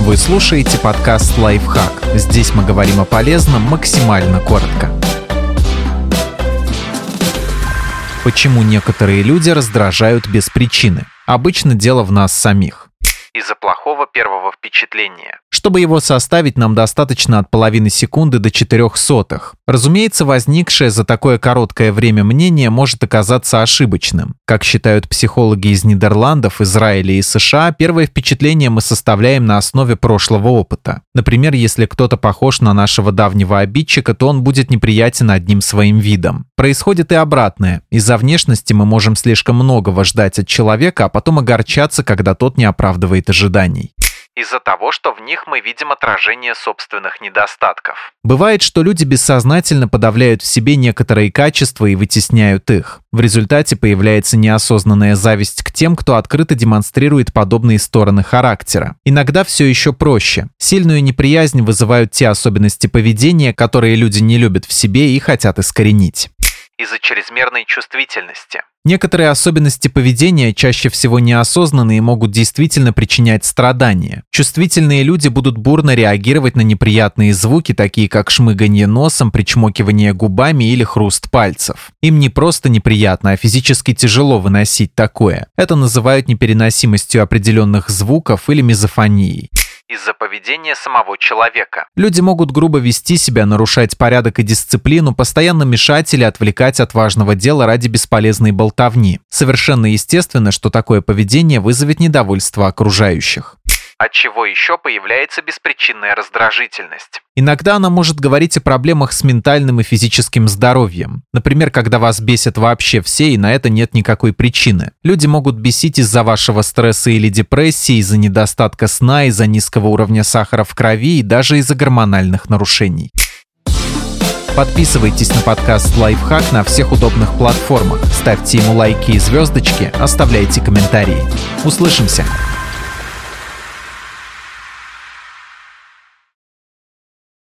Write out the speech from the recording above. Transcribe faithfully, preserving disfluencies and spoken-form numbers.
Вы слушаете подкаст «Лайфхак». Здесь мы говорим о полезном максимально коротко. Почему некоторые люди раздражают без причины? Обычно дело в нас самих. Из-за плохого первого впечатления. Чтобы его составить, нам достаточно от половины секунды до четырех сотых. Разумеется, возникшее за такое короткое время мнение может оказаться ошибочным. Как считают психологи из Нидерландов, Израиля и США, первое впечатление мы составляем на основе прошлого опыта. Например, если кто-то похож на нашего давнего обидчика, то он будет неприятен одним своим видом. Происходит и обратное. Из-за внешности мы можем слишком многого ждать от человека, а потом огорчаться, когда тот не оправдывает ожиданий. Из-за того, что в них мы видим отражение собственных недостатков. Бывает, что люди бессознательно подавляют в себе некоторые качества и вытесняют их. В результате появляется неосознанная зависть к тем, кто открыто демонстрирует подобные стороны характера. Иногда все еще проще. Сильную неприязнь вызывают те особенности поведения, которые люди не любят в себе и хотят искоренить. Из-за чрезмерной чувствительности. Некоторые особенности поведения, чаще всего неосознанные, могут действительно причинять страдания. Чувствительные люди будут бурно реагировать на неприятные звуки, такие как шмыганье носом, причмокивание губами или хруст пальцев. Им не просто неприятно, а физически тяжело выносить такое. Это называют непереносимостью определенных звуков или мизофонией. Из-за поведения самого человека. Люди могут грубо вести себя, нарушать порядок и дисциплину, постоянно мешать или отвлекать от важного дела ради бесполезной болтовни. Совершенно естественно, что такое поведение вызовет недовольство окружающих. От чего еще появляется беспричинная раздражительность. Иногда она может говорить о проблемах с ментальным и физическим здоровьем. Например, когда вас бесят вообще все, и на это нет никакой причины. Люди могут бесить из-за вашего стресса или депрессии, из-за недостатка сна, из-за низкого уровня сахара в крови и даже из-за гормональных нарушений. Подписывайтесь на подкаст «Лайфхак» на всех удобных платформах. Ставьте ему лайки и звездочки, оставляйте комментарии. Услышимся!